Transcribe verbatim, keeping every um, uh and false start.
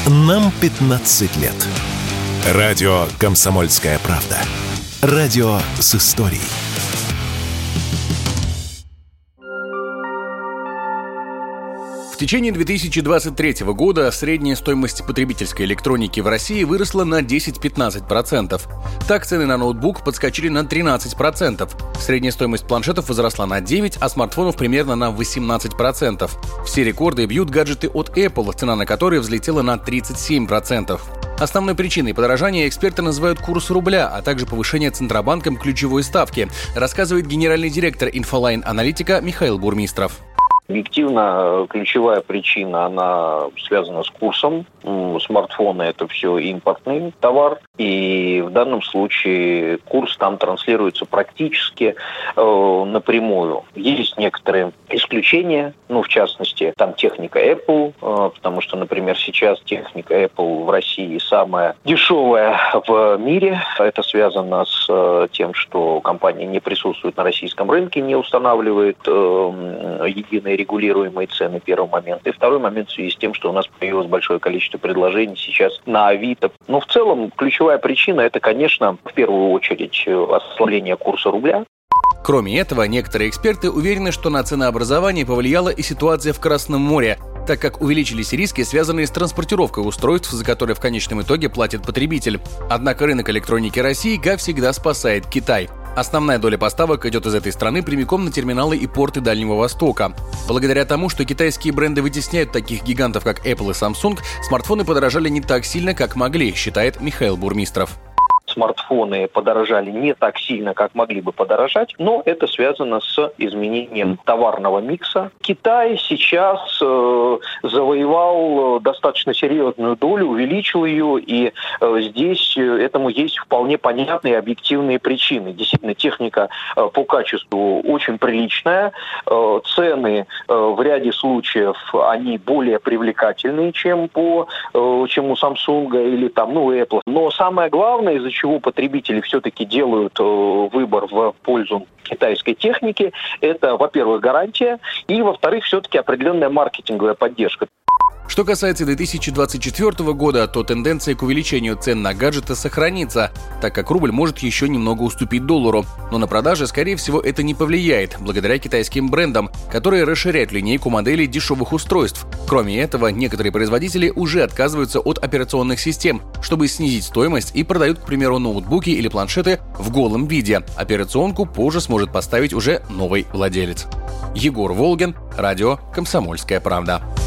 Нам пятнадцать лет. Радио «Комсомольская правда». Радио с историей. В течение две тысячи двадцать третьего года средняя стоимость потребительской электроники в России выросла на десять-пятнадцать процентов. Так, цены на ноутбук подскочили на тринадцать процентов. Средняя стоимость планшетов возросла на девять процентов, а смартфонов примерно на восемнадцать процентов. Все рекорды бьют гаджеты от Apple, цена на которые взлетела на тридцать семь процентов. Основной причиной подорожания эксперты называют курс рубля, а также повышение Центробанком ключевой ставки, рассказывает генеральный директор Инфолайн-аналитика Михаил Бурмистров. Объективно, ключевая причина, она связана с курсом. Смартфоны – это все импортный товар. И в данном случае курс там транслируется практически э, напрямую. Есть некоторые исключения, ну, в частности, там техника Apple, э, потому что, например, сейчас техника Apple в России самая дешевая в мире. Это связано с э, тем, что компания не присутствует на российском рынке, не устанавливает э, единые регулируемые цены, первый момент. И второй момент в связи с тем, что у нас появилось большое количество предложений сейчас на Авито. Но в целом ключевая причина – это, конечно, в первую очередь ослабление курса рубля. Кроме этого, некоторые эксперты уверены, что на ценообразование повлияла и ситуация в Красном море, так как увеличились риски, связанные с транспортировкой устройств, за которые в конечном итоге платит потребитель. Однако рынок электроники России, как всегда, спасает Китай. Основная доля поставок идет из этой страны прямиком на терминалы и порты Дальнего Востока. Благодаря тому, что китайские бренды вытесняют таких гигантов, как Apple и Samsung, смартфоны подорожали не так сильно, как могли, считает Михаил Бурмистров. Смартфоны подорожали не так сильно, как могли бы подорожать, но это связано с изменением товарного микса. Китай сейчас э, завоевал достаточно серьезную долю, увеличил ее, и э, здесь этому есть вполне понятные и объективные причины. Действительно, техника э, по качеству очень приличная, э, цены э, в ряде случаев они более привлекательные, чем, по, э, чем у Samsung или там, ну, Apple. Но самое главное, из-за чего потребители все-таки делают э, выбор в пользу китайской техники, это, во-первых, гарантия, и, во-вторых, все-таки определенная маркетинговая поддержка. Что касается две тысячи двадцать четвёртого года, то тенденция к увеличению цен на гаджеты сохранится, так как рубль может еще немного уступить доллару. Но на продажи, скорее всего, это не повлияет, благодаря китайским брендам, которые расширяют линейку моделей дешевых устройств. Кроме этого, некоторые производители уже отказываются от операционных систем, чтобы снизить стоимость, и продают, к примеру, ноутбуки или планшеты в голом виде. Операционку позже сможет поставить уже новый владелец. Егор Волгин, радио «Комсомольская правда».